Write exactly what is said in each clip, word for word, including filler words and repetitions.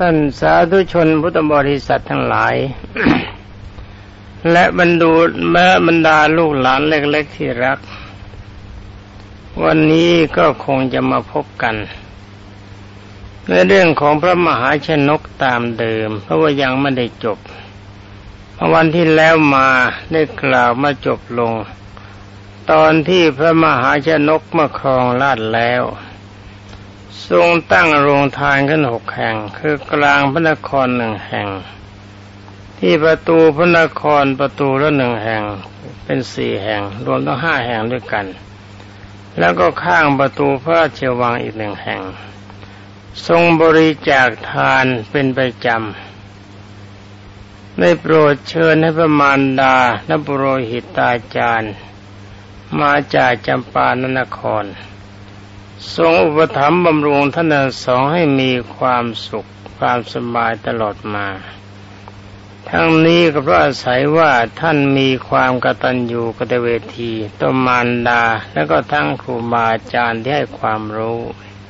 ท่านสาธุชนพุทธบริษัททั้งหลาย และบรรดูแม้บรรดาลูกหลานเล็กๆที่รักวันนี้ก็คงจะมาพบกันในเรื่องของพระมหาชนกตามเดิมเพราะว่ายังไม่ได้จบวันที่แล้วมาได้กล่าวมาจบลงตอนที่พระมหาชนกมาครองราชย์แล้วทรงตั้งโรงทานขึ้นหกแห่งคือกลางพระนครหนึ่งแห่งที่ประตูพระนครประตูละหนึ่งแห่งเป็นสี่แห่งรวมทั้งห้าแห่งด้วยกันแล้วก็ข้างประตูพระราชวังอีกหนึ่งแห่งทรงบริจาคทานเป็นประจำได้โปรดเชิญให้พระมารดาและปุโรหิตาจารย์มาจากจำปานครทรงอุปถัมภ์บำรุงท่านทั้งสองให้มีความสุขความสบายตลอดมาทั้งนี้ก็เพราะอาศัยว่าท่านมีความกตัญญูกตเวทีต่อมารดาและก็ทั้งครูบาอาจารย์ที่ให้ความรู้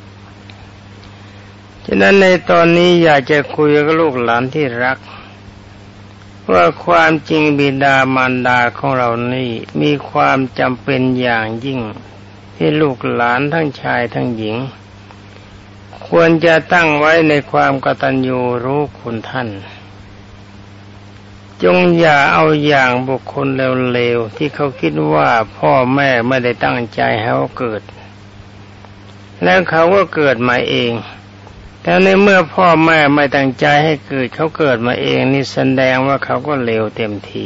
ฉะนั้นในตอนนี้อยากจะคุยกับลูกหลานที่รักว่าความจริงบิดามารดาของเรานี่มีความจำเป็นอย่างยิ่งที่ลูกหลานทั้งชายทั้งหญิงควรจะตั้งไว้ในความกตัญญูรู้คุณท่านจงอย่าเอาอย่างบุคคลเลวๆที่เขาคิดว่าพ่อแม่ไม่ได้ตั้งใจให้เขาเกิดแล้วเขาก็เกิดมาเองแต่ในเมื่อพ่อแม่ไม่ตั้งใจให้เกิดเขาเกิดมาเองนี่แสดงว่าเขาก็เลวเต็มที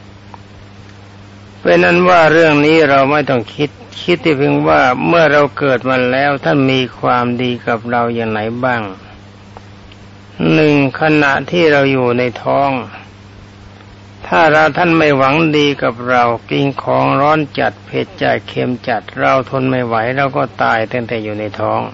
เป็นนั้นว่าเรื่องนี้เราไม่ต้องคิดคิดแต่เพียงว่าเมื่อเราเกิดมาแล้วท่านมีความดีกับเราอย่างไหนบ้างหนึ่งขณะที่เราอยู่ในท้องถ้าเราท่านไม่หวังดีกับเรากินของร้อนจัดเผ็ดจัดเค็มจัดเราทนไม่ไหวเราก็ตายตั้งแต่อยู่ในท้อง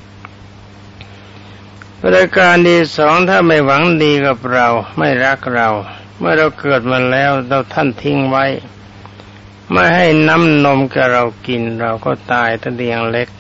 ประการที่สองถ้าไม่หวังดีกับเราไม่รักเราเมื่อเราเกิดมาแล้วเราท่านทิ้งไว้ไม่ให้น้ำนมกับเรากินเราก็ตายตั้งแต่ยังเล็ก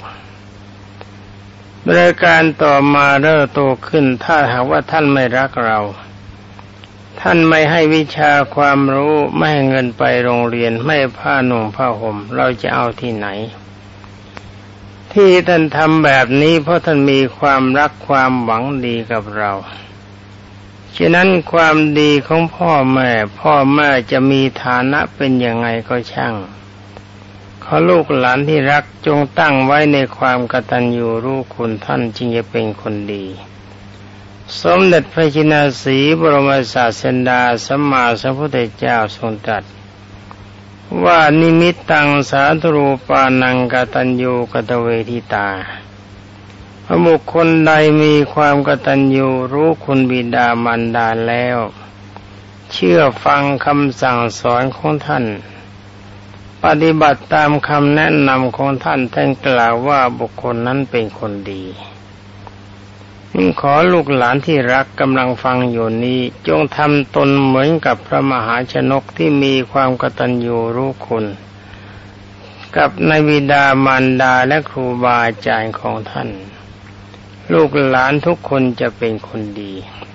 ประการต่อมาเริ่มโตขึ้นถ้าหากว่าท่านไม่รักเราท่านไม่ให้วิชาความรู้ไม่ให้เงินไปโรงเรียนไม่ผ้าหนุ่งผ้าห่มเราจะเอาที่ไหนที่ท่านทำแบบนี้เพราะท่านมีความรักความหวังดีกับเราฉะนั้นความดีของพ่อแม่พ่อแม่จะมีฐานะเป็นยังไงก็ช่างขอลูกหลานที่รักจงตั้งไว้ในความกตัญญูรู้คุณท่านจึงจะเป็นคนดีสมเด็จพระจินสีบรมศาสดาสัมมาสัมพุทธเจ้าทรงตรัสว่านิมิตตังสาธุรูปานังกตัญญูกตเวทิตาบุคคลใดมีความกตัญญูรู้คุณบิดามารดาแล้วเชื่อฟังคำสั่งสอนของท่านปฏิบัติตามคำแนะนำของท่านท่านกล่าวว่าบุคคลนั้นเป็นคนดีขอลูกหลานที่รักกำลังฟังอยู่นี้จงทำตนเหมือนกับพระมหาชนกที่มีความกตัญญูรู้คุณกับในบิดามารดาและครูบาอาจารย์ของท่านลูกหลานทุกคนจะเป็นคนดี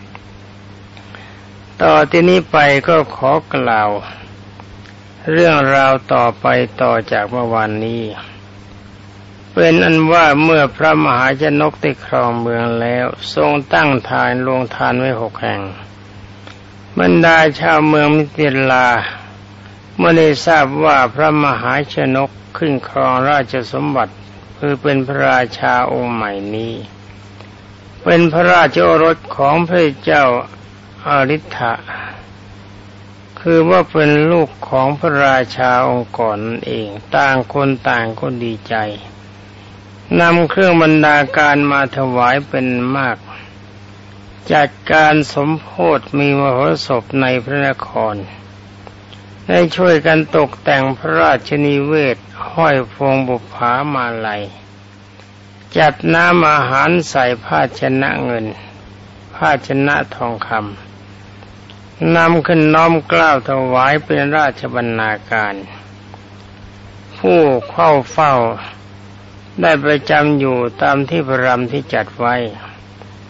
ต่อที่นี้ไปก็ขอกล่าวเรื่องราวต่อไปต่อจากเมื่อวานนี้เป็นอันว่าเมื่อพระมหาชนกได้ครองเมืองแล้วทรงตั้งทานโรงทานไว้หกแห่งบรรดาชาวเมืองมิถิลาเมื่อได้ทราบว่าพระมหาชนกขึ้นครองราชสมบัติคือเป็นพระราชาองค์ใหม่นี้เป็นพระราชโอรสของพระเจ้าอาริ t ะคือว่าเป็นลูกของพระราชาองค์ก่อนนั่นเองต่างคนต่างก็ดีใจนำเครื่องบรรณาการมาถวายเป็นมากจัดการสมโภชมีมโหสถในพระนครได้ช่วยกันตกแต่งพระราชนิเวศห้อยพวงบุปผามาลัยจัดน้ำอาหารใส่ภาชนะเงินภาชนะทองคำนำขึ้นน้อมเกล้าถวายเป็นราชบรรณาการผู้เข้าเฝ้าได้ประจำอยู่ตามที่พระรำที่จัดไว้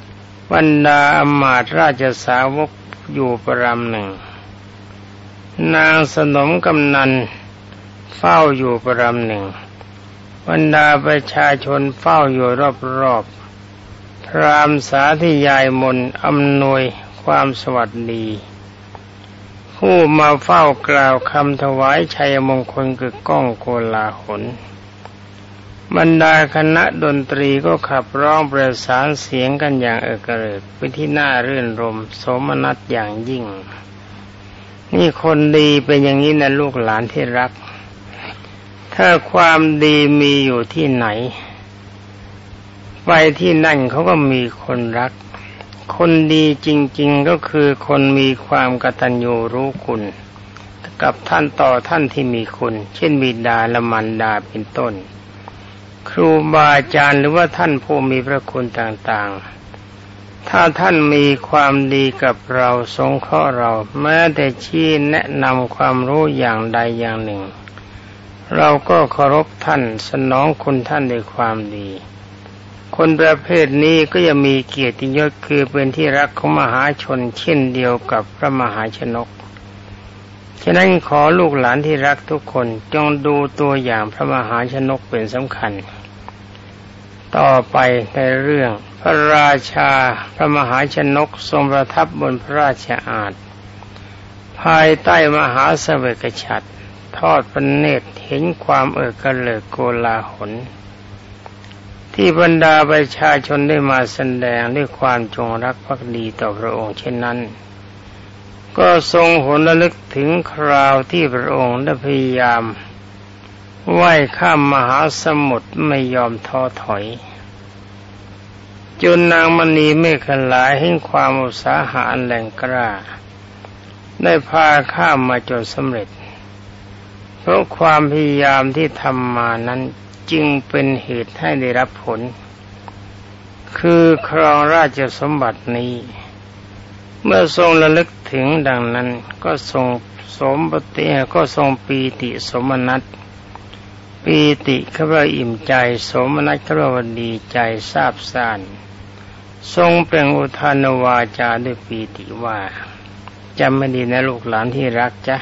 บรรดาอมาตย์ราชสาวกอยู่ประรำหนึ่งนางสนมกำนันเฝ้าอยู่ประรำหนึ่งบรรดาประชาชนเฝ้าอยู่รอบๆพราหมณ์สาธยายมนต์อำนวยความสวัสดีผู้มาเฝ้ากล่าวคำถวายชัยมงคลกึกก้องโกลาหลบรรดาคณะดนตรีก็ขับร้องประสานเสียงกันอย่างเอกเริกเป็นที่น่ารื่นรมโสมนัสอย่างยิ่งนี่คนดีเป็นอย่างนี้นะลูกหลานที่รักถ้าความดีมีอยู่ที่ไหนไปที่นั่นเขาก็มีคนรักคนดีจริงๆก็คือคนมีความกตัญญูรู้คุณกับท่านต่อท่านที่มีคุณเช่นบิดาและมารดาเป็นต้นครูบาอาจารย์หรือว่าท่านผู้มีพระคุณต่างๆถ้าท่านมีความดีกับเราสงเคราะห์เราแม้แต่ชี้แนะนำความรู้อย่างใดอย่างหนึ่งเราก็เคารพท่านสนองคุณท่านด้วยความดีคนประเภทนี้ก็จะมีเกียรติยศคือเป็นที่รักของมหาชนเช่นเดียวกับพระมหาชนกฉะนั้นขอลูกหลานที่รักทุกคนจงดูตัวอย่างพระมหาชนกเป็นสำคัญต่อไปในเรื่องพระราชาพระมหาชนกทรงประทับบนพระราชอาณาภายใต้มหาเสวกฉัตรทอดพระเนตรเห็นความเอิกกระเลิกโกลาหลที่บรรดาประชาชนได้มาแสดงด้วยความจงรักภักดีต่อพระองค์เช่นนั้นก็ทรงหวนระลึกถึงคราวที่พระองค์ได้พยายามว่ายข้ามมหาสมุทรไม่ยอมท้อถอยจนนางมณีเมขลาเห็นความอุตสาหะอันแรงกล้าได้พาข้ามมาจนสำเร็จเพราะความพยายามที่ทำมานั้นจึงเป็นเหตุให้ได้รับผลคือครองราชสมบัตินี้เมื่อทรงระลึกถึงดังนั้นก็ทรงสมปฏิก็ทรงปีติสมนัสปีติข้าพเจ้าอิ่มใจสมนัสข้าพเจ้าดีใจซาบซ่านทรงเปล่งอุทานวาจาด้วยปีติว่าจำไม่ดีนะลูกหลานที่รักจ๊ะ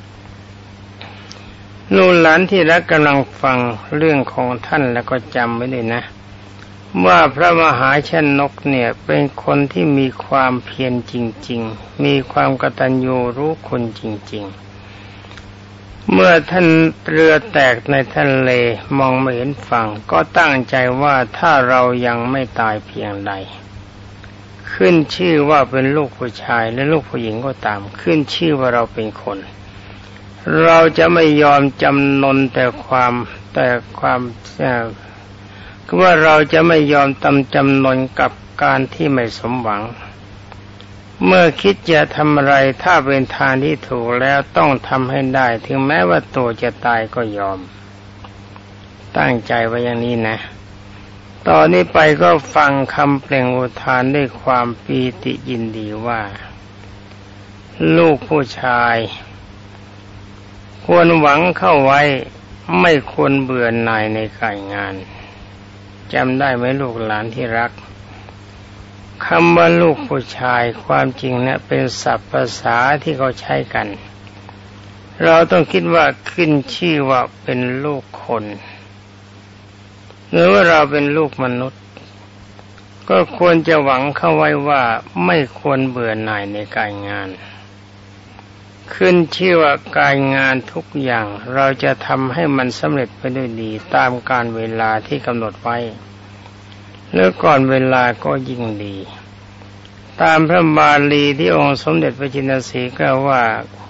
ลูกหลานที่รักกำลังฟังเรื่องของท่านแล้วก็จำไว้ด้วยนะว่าพระมหาชนกเนี่ยเป็นคนที่มีความเพียรจริงๆมีความกตัญญูรู้คุณจริงๆเมื่อท่านเรือแตกในทะเลมองไม่เห็นฝั่งก็ตั้งใจว่าถ้าเรายังไม่ตายเพียงใดขึ้นชื่อว่าเป็นลูกผู้ชายและลูกผู้หญิงก็ตามขึ้นชื่อว่าเราเป็นคนเราจะไม่ยอมจำนนแต่ความแต่ความคือว่าเราจะไม่ยอมตำจำนนกับการที่ไม่สมหวังเมื่อคิดจะทำอะไรถ้าเป็นทางที่ถูกแล้วต้องทำให้ได้ถึงแม้ว่าตัวจะตายก็ยอมตั้งใจไว้อย่างนี้นะตอนนี้ไปก็ฟังคำเปล่งอุทานด้วยความปีติยินดีว่าลูกผู้ชายควรหวังเข้าไว้ไม่ควรเบื่อหน่ายในการงานจำได้ไหมลูกหลานที่รักคำว่าลูกผู้ชายความจริงเนี่ยเป็นศัพท์ภาษาที่เขาใช้กันเราต้องคิดว่าขึ้นชื่อว่าเป็นลูกคนหรือว่าเราเป็นลูกมนุษย์ก็ควรจะหวังเข้าไว้ว่าไม่ควรเบื่อหน่ายในการงานขึ้นชื่อว่าการงานทุกอย่างเราจะทำให้มันสำเร็จไปด้วยดีตามกาลเวลาที่กำหนดไว้หรือก่อนเวลาก็ยิ่งดีตามพระบาลีที่องค์สมเด็จพระจินสีกล่าวว่า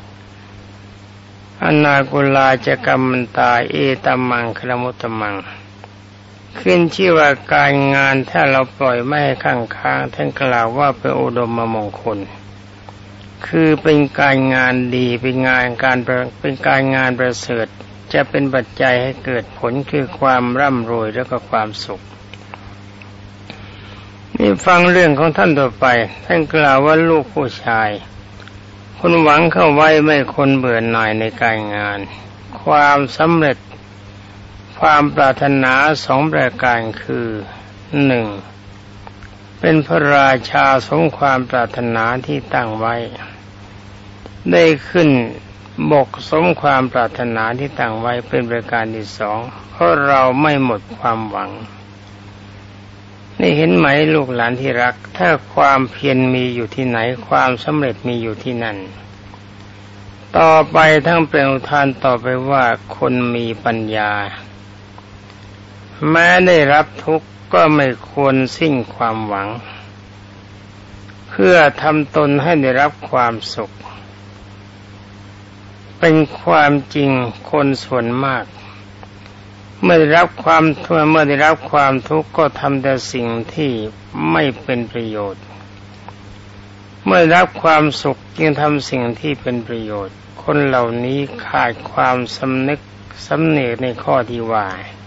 อนากุลาจะกัมมันตาเอตัมมังคลมุตตมังขึ้นชื่อว่าการงานถ้าเราปล่อยไม่ให้ข้างค้างท่านกล่าวว่าเป็นอุดมมงคลคือเป็นการงานดีเป็นงานการเป็นการงานประเสริฐจะเป็นปัจจัยให้เกิดผลคือความร่ำรวยและก็ความสุขนี่ฟังเรื่องของท่านต่อไปท่านกล่าวว่าลูกผู้ชายคนหวังเข้าไว้ไม่คนเบื่อหน่ายในการงานความสำเร็จความปรารถนาสองประการคือหนึ่งเป็นพระราชาสมความปรารถนาที่ตั้งไว้ได้ขึ้นบกสมความปรารถนาที่ตั้งไว้เป็นประการที่สองเพราะเราไม่หมดความหวังนี่เห็นไหมลูกหลานที่รักถ้าความเพียรมีอยู่ที่ไหนความสำเร็จมีอยู่ที่นั่นต่อไปทั้งเป็นอุทานต่อไปว่าคนมีปัญญาแม้ได้รับทุกข์ก็ไม่ควรสิ้นความหวังเพื่อทำตนให้ได้รับความสุขเป็นความจริงคนส่วนมากเมื่อได้รับความทุกข์เมื่อได้รับความทุกข์ก็ทำแต่สิ่งที่ไม่เป็นประโยชน์เมื่อได้รับความสุขจึงทำสิ่งที่เป็นประโยชน์คนเหล่านี้ขาดความสำนึกสำเนียกในข้อที่ว่า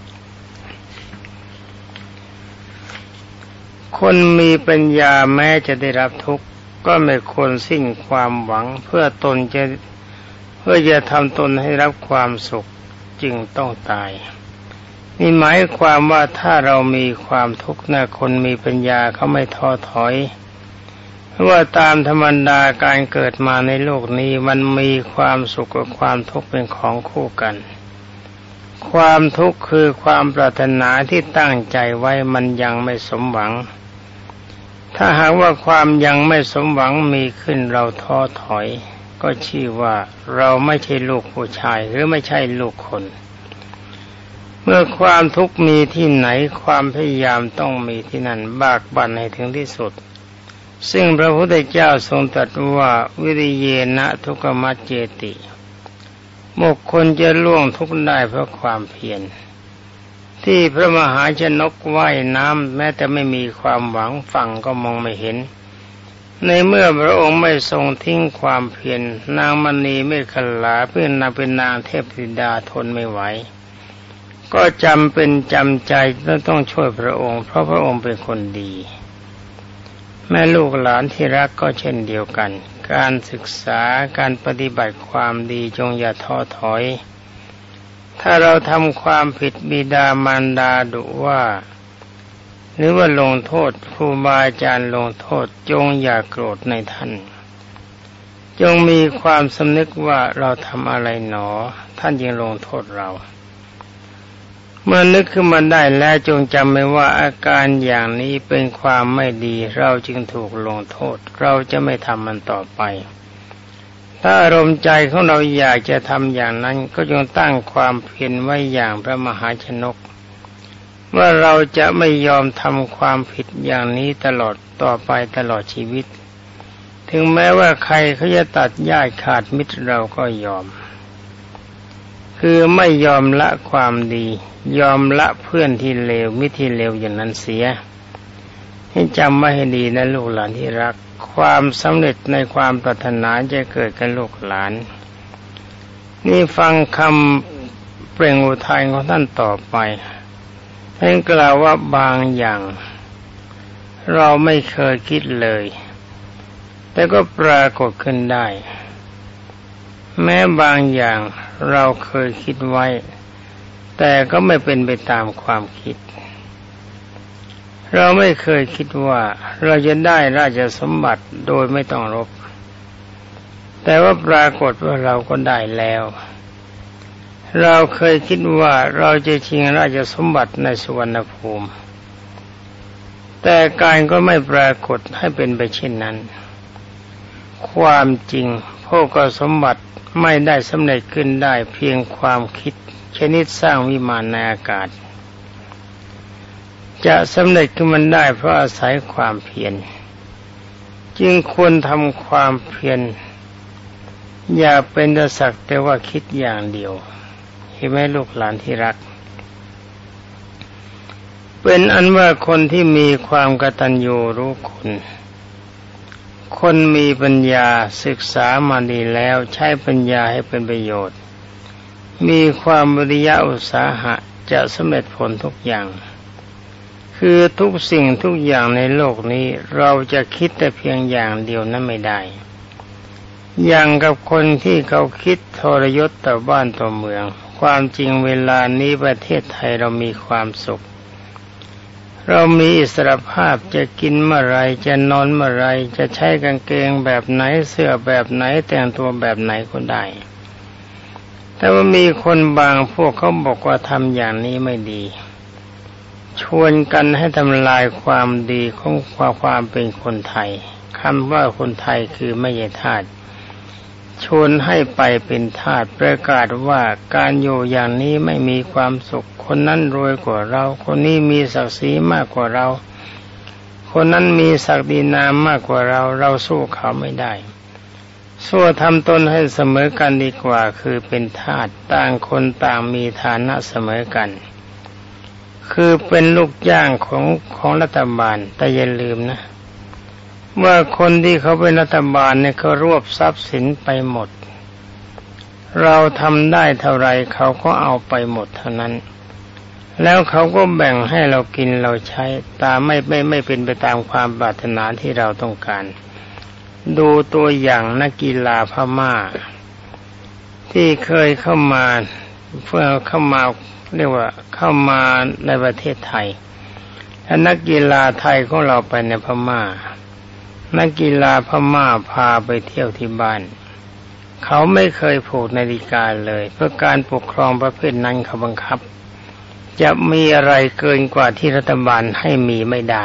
คนมีปัญญาแม้จะได้รับทุกข์ก็ไม่ควรสิ้นความหวังเพื่อตนจะเพื่อจะทำตนให้รับความสุขจึงต้องตายนี่หมายความว่าถ้าเรามีความทุกข์นะคนมีปัญญาเขาไม่ท้อถอยเพราะว่าตามธรรมดาการเกิดมาในโลกนี้มันมีความสุขกับความทุกข์เป็นของคู่กันความทุกข์คือความปรารถนาที่ตั้งใจไว้มันยังไม่สมหวังถ้าหากว่าความยังไม่สมหวังมีขึ้นเราท้อถอยก็ชื่อว่าเราไม่ใช่ลูกผู้ชายหรือไม่ใช่ลูกคนเมื่อความทุกข์มีที่ไหนความพยายามต้องมีที่นั่นบากบั่นให้ถึงที่สุดซึ่งพระพุทธเจ้าทรงตรัสว่าวิริเยนะทุกขมัจเจติบุคคลจะล่วงทุกข์ได้เพราะความเพียรที่พระมหาชนกว่ายน้ำแม้แต่ไม่มีความหวังฝั่งก็มองไม่เห็นในเมื่อพระองค์ไม่ทรงทิ้งความเพียรนางมณีเมขลาเพื่อนนางเป็นนางเทพธิดาทนไม่ไหวก็จำเป็นจำใจต้องช่วยพระองค์เพราะพระองค์เป็นคนดีแม่ลูกหลานที่รักก็เช่นเดียวกันการศึกษาการปฏิบัติความดีจงอย่าท้อถอยถ้าเราทำความผิดบิดามารดาดุว่าหรือว่าลงโทษครูบาอาจารย์ลงโทษจงอย่าโกรธในท่านจงมีความสำนึกว่าเราทำอะไรหนอท่านยังลงโทษเราเมื่อนึกขึ้นมาได้แล้วจงจำไว้ว่าอาการอย่างนี้เป็นความไม่ดีเราจึงถูกลงโทษเราจะไม่ทำมันต่อไปถ้าอารมณ์ใจของเราอยากจะทำอย่างนั้นก็จงตั้งความเพียรไว้อย่างพระมหาชนกว่าเราจะไม่ยอมทำความผิดอย่างนี้ตลอดต่อไปตลอดชีวิตถึงแม้ว่าใครเขาจะตัดญาติขาดมิตรเราก็ยอมคือไม่ยอมละความดียอมละเพื่อนที่เลวมิตรที่เลวอย่างนั้นเสียให้จำไว้ให้ดีนะลูกหลานที่รักความสำเร็จในความปรารถนาจะเกิดกับลูกหลานนี่ฟังคำเปล่งอุทานของท่านต่อไปท่านกล่าวว่าบางอย่างเราไม่เคยคิดเลยแต่ก็ปรากฏขึ้นได้แม้บางอย่างเราเคยคิดไว้แต่ก็ไม่เป็นไปตามความคิดเราไม่เคยคิดว่าเราจะได้ราชสมบัติโดยไม่ต้องรบแต่ว่าปรากฏว่าเราก็ได้แล้วเราเคยคิดว่าเราจะชิงราชสมบัติในสุวรรณภูมิแต่การก็ไม่ปรากฏให้เป็นไปเช่นนั้นความจริงโภคสมบัติไม่ได้สำเร็จขึ้นได้เพียงความคิดชนิดสร้างวิมานในอากาศจะสำเร็จขึ้นมันได้เพราะอาศัยความเพียรจึงควรทำความเพียรอย่าเป็นแต่สักแต่ว่าคิดอย่างเดียวเห็นไหมลูกหลานที่รักเป็นอันว่าคนที่มีความกตัญญูรู้คุณคนมีปัญญาศึกษามาดีแล้วใช้ปัญญาให้เป็นประโยชน์มีความวิริยะอุตสาหะจะสำเร็จผลทุกอย่างคือทุกสิ่งทุกอย่างในโลกนี้เราจะคิดแต่เพียงอย่างเดียวนั้นไม่ได้อย่างกับคนที่เขาคิดทรยศต่อบ้านต่อเมืองความจริงเวลานี้ประเทศไทยเรามีความสุขเรามีอิสรภาพจะกินเมื่อไรจะนอนเมื่อไรจะใช้กางเกงแบบไหนเสื้อแบบไหนแต่งตัวแบบไหนก็ได้แต่ว่ามีคนบางพวกเขาบอกว่าทำอย่างนี้ไม่ดีชวนกันให้ทำลายความดีของความเป็นคนไทยคำว่าคนไทยคือไม่ใช่ทาสชวนให้ไปเป็นทาสประกาศว่าการอยู่อย่างนี้ไม่มีความสุขคนนั้นรวยกว่าเราคนนี้มีศักดิ์ศรีมากกว่าเราคนนั้นมีศักดินามมากกว่าเราเราสู้เขาไม่ได้สู้ทำตนให้เสมอกันดีกว่าคือเป็นทาสต่างคนต่างมีฐานะเสมอกันคือเป็นลูกจ้างของของรัฐบาลแต่อย่าลืมนะเมื่อคนที่เขาเป็นรัฐบาลเนี่ยเขารวบทรัพย์สินไปหมดเราทำได้เท่าไรเขาก็เอาไปหมดเท่านั้นแล้วเขาก็แบ่งให้เรากินเราใช้ตามไม่ไม่ไม่เป็นไปตามความปรารถนาที่เราต้องการดูตัวอย่างนักกีฬาพม่าที่เคยเข้ามาเพื่อเข้ามาเรียกว่าเข้ามาในประเทศไทยและนักกีฬาไทยของเราไปในพม่านักกีฬาพม่าพาไปเที่ยวที่บ้านเขาไม่เคยผูกนาฬิกาเลยเพื่อการปกครองประเภทนั้นเขาบังคับจะมีอะไรเกินกว่าที่รัฐบาลให้มีไม่ได้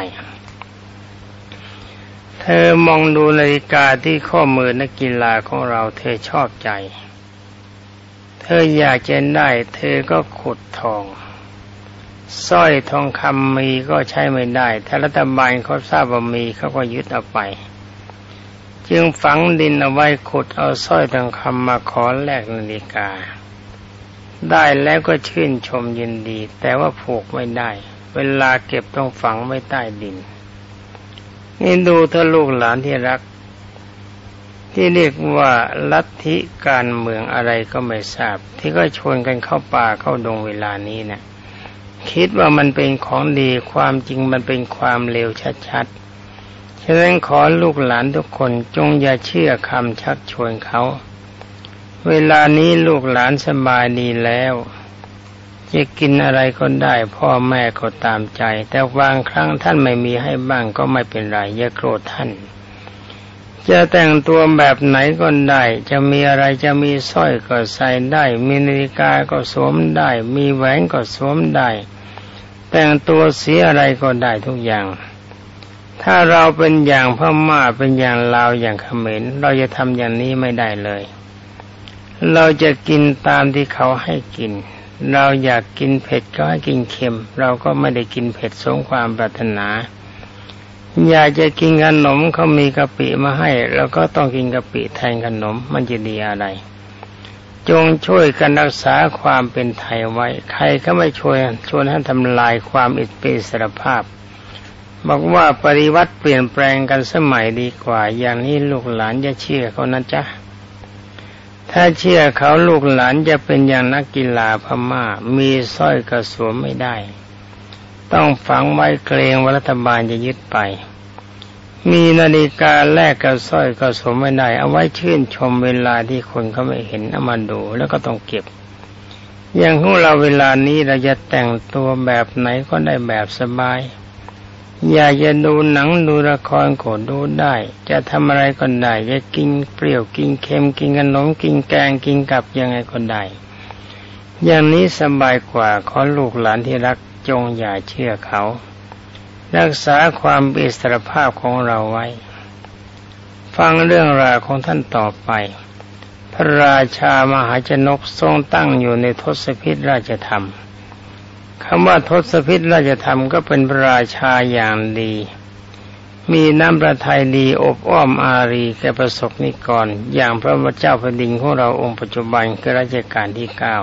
เธอมองดูนาฬิกาที่ข้อมือนักกีฬาของเราเธอชอบใจเธออยากจะได้เธอก็ขุดทองสร้อยทองคำมีก็ใช้ไม่ได้ถ้ารัฐบาลเขาทราบว่ามีเขาก็ยึดเอาไปจึงฝังดินเอาไว้ขุดเอาสร้อยทองคำมาขอแลกนาฬิกาได้แล้วก็ชื่นชมยินดีแต่ว่าผูกไม่ได้เวลาเก็บต้องฝังไว้ใต้ดินนี่ดูเธอลูกหลานที่รักที่เรียกว่าลัทธิการเมืองอะไรก็ไม่ทราบที่ก็ชวนกันเข้าป่าเข้าดงเวลานี้นะคิดว่ามันเป็นของดีความจริงมันเป็นความเลวชัดๆฉะนั้นขอลูกหลานทุกคนจงอย่าเชื่อคำชักชวนเขาเวลานี้ลูกหลานสบายดีแล้วจะกินอะไรก็ได้พ่อแม่ก็ตามใจแต่บางครั้งท่านไม่มีให้บ้างก็ไม่เป็นไรอย่าโกรธท่านจะแต่งตัวแบบไหนก็ได้จะมีอะไรจะมีสร้อยก็ใส่ได้มีนาฬิกาก็สวมได้มีแหวนก็สวมได้แต่งตัวสีอะไรก็ได้ทุกอย่างถ้าเราเป็นอย่างพม่าเป็นอย่างลาวอย่างเขมรเราจะทำอย่างนี้ไม่ได้เลยเราจะกินตามที่เขาให้กินเราอยากกินเผ็ดก็ให้กินเค็มเราก็ไม่ได้กินเผ็ดสมความปรารถนาอยากจะกินขนมเขามีกะปิมาให้เราก็ต้องกินกะปิแทนขนมมันจะดีอะไรจงช่วยกันรักษาความเป็นไทยไว้ใครก็ไม่ช่วยชวนให้ทำลายความอิสรภาพบอกว่าปฏิวัติเปลี่ยนแปลงกันสมัยดีกว่าอย่างนี้ลูกหลานอย่าเชื่อเขานะจ๊ะถ้าเชื่อเขาลูกหลานจะเป็นอย่างนักกีฬาพม่ามีสร้อยก็สวมไม่ได้ต้องฝังไว้เกรงว่ารัฐบาลจะยึดไปมีนาฬิกาแลกกับสร้อยก็สวมไม่ได้เอาไว้ชื่นชมเวลาที่คนเขาไม่เห็นเอามาดูแล้วก็ต้องเก็บอย่างของเราเวลานี้เราจะแต่งตัวแบบไหนก็ได้แบบสบายอยากจะดูหนังดูละครก็ดูได้จะทำอะไรก็ได้จะกินเปรี้ยวกินเค็มกินขนมกินแกงกินกับยังไงก็ได้อย่างนี้สบายกว่าขอลูกหลานที่รักจงอย่าเชื่อเขารักษาความอิสรภาพของเราไว้ฟังเรื่องราวของท่านต่อไปพระราชามหาชนกทรงตั้งอยู่ในทศพิธราชธรรมคำว่าทศพิธราชธรรมก็เป็นพระราชาอย่างดีมีน้ำพระทัยดีอบอ้อมอารีแก่ประสบนิกรอย่างพระเจ้าแผ่นดินของเราองค์ปัจจุบันคือรัชกาลที่เก้า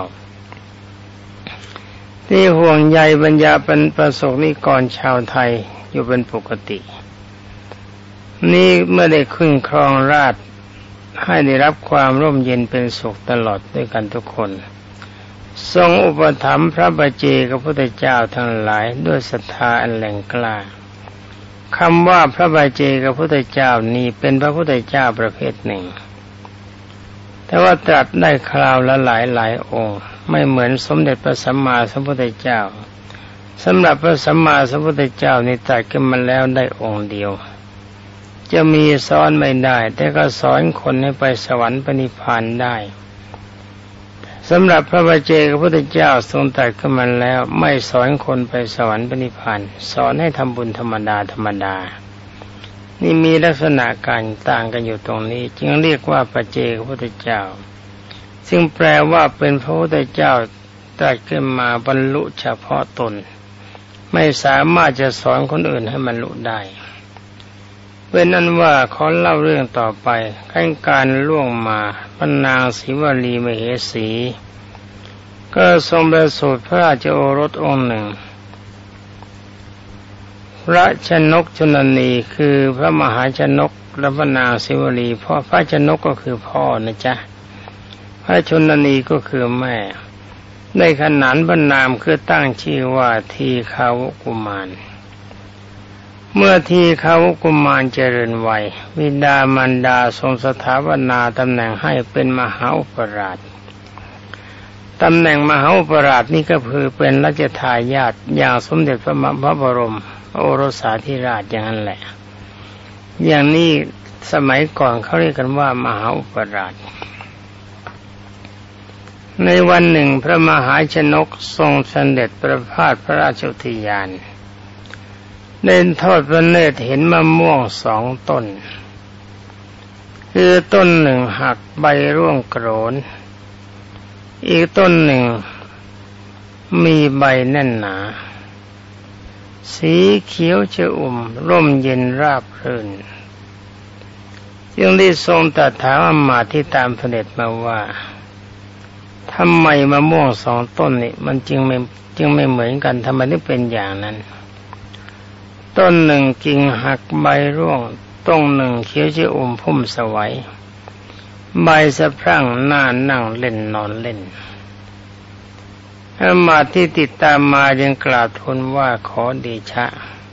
ที่ห่วงใยบรรดาเป็นประสบนิกรชาวไทยอยู่เป็นปกตินี่เมื่อได้ขึ้นครองราชย์ให้ได้รับความร่มเย็นเป็นสุขตลอดด้วยกันทุกคนทรงอุปถัมภ์พระบัจเจกพุทธเจ้าทั้งหลายด้วยศรัทธาอันแรงกล้าคำว่าพระบัจเจกพุทธเจ้านี้เป็นพระพุทธเจ้าประเภทหนึ่งแต่ว่าตรัสได้คราวละหลายหลายองค์ไม่เหมือนสมเด็จพระสัมมาสัมพุทธเจ้าสำหรับพระสัมมาสัมพุทธเจ้านี่ตรัสขึ้นมาแล้วได้องค์เดียวจะมีสอนไม่ได้แต่ก็สอนคนให้ไปสวรรค์ไปนิพพานได้สำหรับพระปัจเจกพุทธเจ้าทรงตรัสขึ้นมาแล้วไม่สอนคนไปสวรรค์ไปนิพพานสอนให้ทำบุญธรรมดาธรรมดานี่มีลักษณะการต่างกันอยู่ตรงนี้จึงเรียกว่าปัจเจกพุทธเจ้าซึ่งแปลว่าเป็นพระพุทธเจ้าตรัสขึ้นมาบรรลุเฉพาะตนไม่สามารถจะสอนคนอื่นให้บรรลุได้เป็นนั้นว่าขอเล่าเรื่องต่อไปขั้นการล่วงมาพระนางศิวลีมเหสีก็ทรงประสูติพระราชโอรสองค์หนึ่งพระชนกชนนีคือพระมหาชนกและพระนางศิวลีพ่อพระชนกก็คือพ่อนะจ๊ะพระชนนีก็คือแม่ในขนานพระนามคือตั้งชื่อว่าทีฆาวกุมารเมื่อทีฆาวกุมารเจริญวัยบิดามารดาทรงสถาปนาตำแหน่งให้เป็นมหาอุปราชตำแหน่งมหาอุปราชนี่ก็คือเป็นราชทายาทอย่างสมเด็จพระพระบรมโอรสาธิราชอย่างนั้นแหละอย่างนี้สมัยก่อนเขาเรียกกันว่ามหาอุปราชในวันหนึ่งพระมหาชนกทรงเสด็จประพาสพระราชอุทยานเดินทอดพระเนตรเห็นมะม่วงสองต้นคือต้นหนึ่งหักใบร่วงโกรนอีกต้นหนึ่งมีใบแน่นหนาสีเขียวชอุ่มร่มเย็นราบรื่นจึงได้ทรงตรัสถามอมาตย์ที่ตามเสด็จมาว่าทำไมมะม่วงสองต้นนี่มันจึงไม่จึงไม่เหมือนกันทำไมถึงเป็นอย่างนั้นต้นหนึ่งกิ่งหักใบร่วงต้นหนึ่งเขียวชอุ่มพุ่มสวัยใบสะพรั่งหน้านั่งเล่นนอนเล่นอมาตย์ที่ติดตามมายังกราบทูลว่าขอเดชะ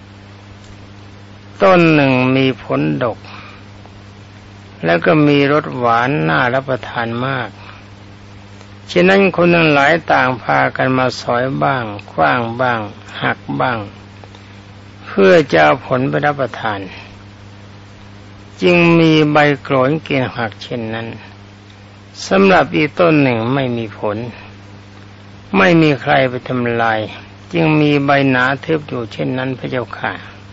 ต้นหนึ่งมีผลดกแล้วก็มีรสหวานน่ารับประทานมากฉะนั้นคนทั้งหลายต่างพากันมาสอยบ้างขว้างบ้างหักบ้างเพื่อจะเอาผลไปรับประทานจึงมีใบโกรนกิ่งหักเช่นนั้นสำหรับอีกต้นหนึ่งไม่มีผลไม่มีใครไปทำลายจึงมีใบหนาทึบอยู่เช่นนั้นพระเจ้าค่ะ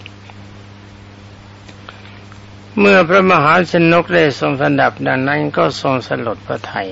เมื่อพระมหาชนกได้ทรงสดับดังนั้นก็ทรงสลดพระทัย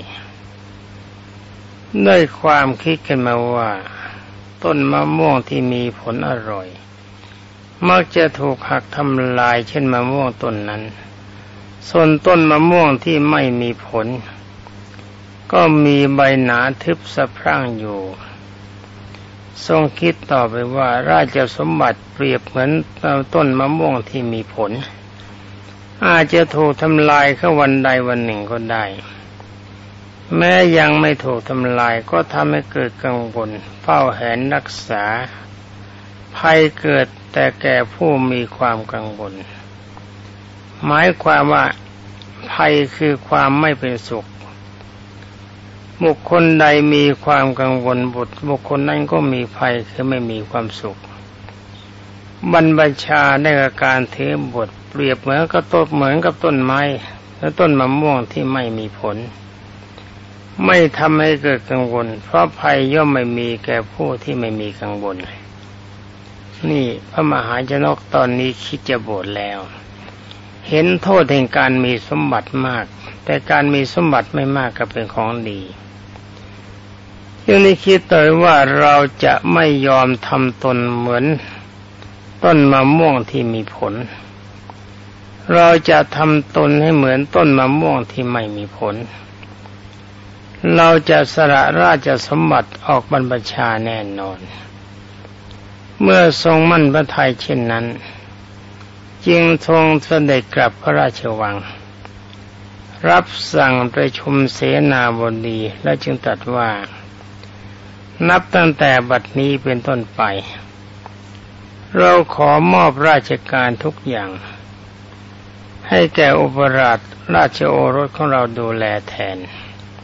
ด้วยความคิดขึ้นมาว่าต้นมะม่วงที่มีผลอร่อยมักจะถูกหักทำลายเช่นมะม่วงต้นนั้นส่วนต้นมะม่วงที่ไม่มีผลก็มีใบหนาทึบสะพรั่งอยู่ทรงคิดต่อไปว่าราชสมบัติเปรียบเหมือนต้นมะม่วงที่มีผลอาจจะถูกทำลายแค่วันใดวันหนึ่งก็ได้แม้ยังไม่ถูกทำลายก็ทำให้เกิดกังวลเฝ้าแหนรักษาภัยเกิดแต่แก่ผู้มีความกังวลหมายความว่าภัยคือความไม่เป็นสุขบุคคลใดมีความกังวลบุตรบุคคลนั้นก็มีภัยคือไม่มีความสุขบรรพชาได้กับการถือบทเปรียบเหมือนกับต้นเหมือนกับต้นไม้และต้นมะม่วงที่ไม่มีผลไม่ทำให้เกิดกังวลเพราะภัยย่อมไม่มีแก่ผู้ที่ไม่มีกังวลนี่พระมหาชนกตอนนี้คิดจะบวชแล้วเห็นโทษแห่งการมีสมบัติมากแต่การมีสมบัติไม่มากก็เป็นของดียังได้คิดต่อว่าเราจะไม่ยอมทำตนเหมือนต้นมะม่วงที่มีผลเราจะทำตนให้เหมือนต้นมะม่วงที่ไม่มีผลเราจะสละราชสมบัติออกบรรพชาแน่นอนเมื่อทรงมั่นพระทัยเช่นนั้นจึงทรงเสด็จกลับพระราชวังรับสั่งประชุมเสนาบดีและจึงตรัสว่านับตั้งแต่บัดนี้เป็นต้นไปเราขอมอบราชการทุกอย่างให้แก่อุปราชราชโอรสของเราดูแลแทน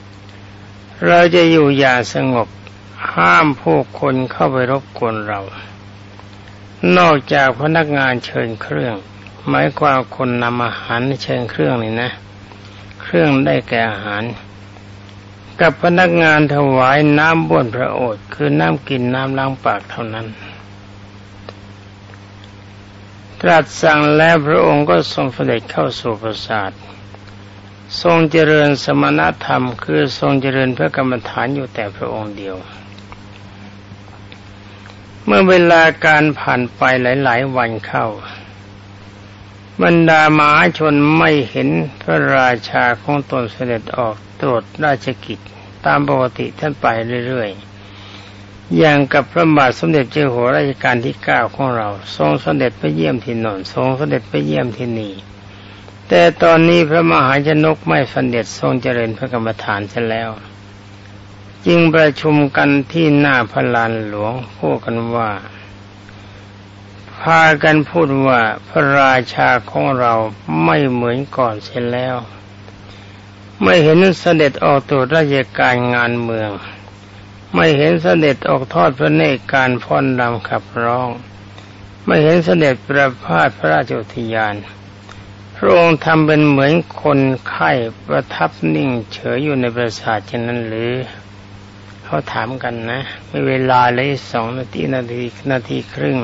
เราจะอยู่อย่างสงบห้ามผู้คนเข้าไปรบกวนเรานอกจากพนักงานเชิญเครื่องหมายความคนนำอาหารเชิญเครื่องนี่นะเครื่องได้แก่อาหารกับพนักงานถวายน้ำบ้วนพระโอษฐ์คือน้ำกินน้ำล้างปากเท่านั้นตรัสสั่งแล้วพระองค์ก็ทรงเสด็จเข้าสู่ปราสาททรงเจริญสมณธรรมคือทรงเจริญพระกรรมฐานอยู่แต่พระองค์เดียวเมื่อเวลาการผ่านไปหลายๆวันเข้าบรรดามหาชนไม่เห็นพระราชาของตนเสด็จออกตรวจราชกิจตามปกติท่านไปเรื่อยๆอย่างกับพระบาทสมเด็จเจ้าหัวรัชกาลที่เก้าของเราทรงเสด็จไปเยี่ยมที่โน่นทรงเสด็จไปเยี่ยมที่นี่แต่ตอนนี้พระมหาชนกไม่เสด็จทรงเจริญพระกรรมฐานเสียแล้วจึงประชุมกันที่หน้าพระลานหลวงพูดกันว่าพากันพูดว่าพระราชาของเราไม่เหมือนก่อนเสียแล้วไม่เห็นเสด็จออกตรวจราชการงานเมืองไม่เห็นเสด็จออกทอดพระเนตรการฟ้อนรำขับร้องไม่เห็นเสด็จประพาสพระราชอุทยานพระองค์ทำเป็นเหมือนคนไข้ประทับนิ่งเฉยอยู่ในปราสาทเช่นนั้นหรือเขาถามกันนะมีเวลาเลยสองนาทีนาทีนาทีครึ่ง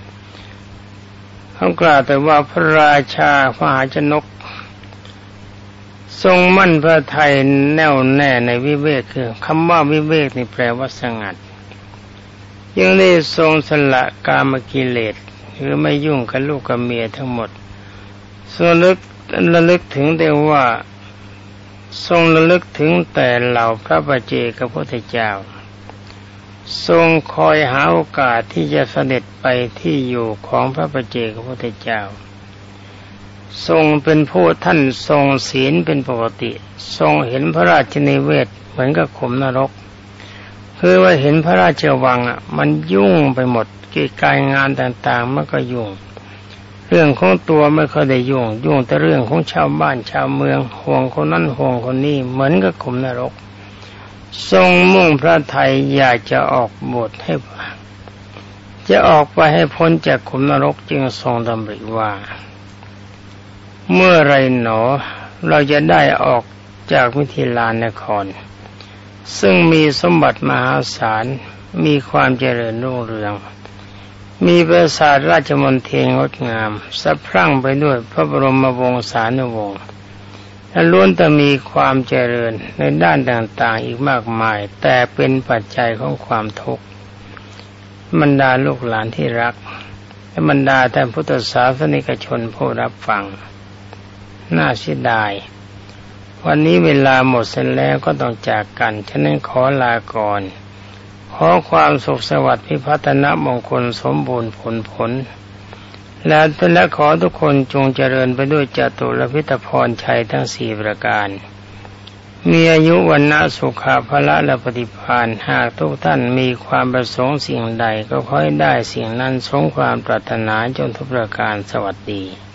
เขากล่าวแต่ว่าพระราชามหาชนกทรงมั่นพระทัยแน่วแน่ในวิเวกคือคำว่าวิเวกนี่แปลว่าสงัดยังได้ทรงสละกามกิเลสหรือไม่ยุ่งกับลูกกับเมียทั้งหมดทรงระลึกระลึกถึงแต่ว่าทรงระลึกถึงแต่เหล่าพระปัจเจกพุทธเจ้าทรงคอยหาโอกาสที่จะเสด็จไปที่อยู่ของพระปัจเจกพุทธเจ้าทรงเป็นผู้ท่านทรงศีลเป็นปกติทรงเห็นพระราชนิเวศเหมือนกับขุมนรกคือว่าเห็นพระราชวังอ่ะมันยุ่งไปหมดกิจการงานต่างๆมันก็ยุ่งเรื่องของตัวไม่ค่อยได้ยุ่งยุ่งแต่เรื่องของชาวบ้านชาวเมืองห่วงคนนั้นห่วงคนนี้เหมือนกับขุมนรกทรงมุ่งพระทัยอยากจะออกบวชให้จะออกไปให้พ้นจากขุมนรกจึงทรงดำริว่าเมื่อไรหนอเราจะได้ออกจากมิถิลานครซึ่งมีสมบัติมหาศาลมีความเจริญรุ่งเรืองมีปราสาทราชมณฑลงดงามสะพรั่งไปด้วยพระบรมวงศานุวงศ์และล้วนแต่มีความเจริญในด้านต่างๆอีกมากมายแต่เป็นปัจจัยของความทุกข์บรรดาลูกหลานที่รักและบรรดาท่านพุทธศาสนิกชนผู้รับฟังน่าเสียดายวันนี้เวลาหมดเสร็จแล้วก็ต้องจากกันฉะนั้นขอลาก่อนขอความสุขสวัสดิ์พิพัฒนมงคลสมบูรณ์ผลผลและและขอทุกคนจงเจริญไปด้วยจตุรพิธพรชัยทั้งสี่ประการมีอายุวันนะสุขภาละและปฏิภาณหากทุกท่านมีความประสงค์สิ่งใดก็ขอให้ได้สิ่งนั้นสมความปรารถนาจงทุกประการสวัสดี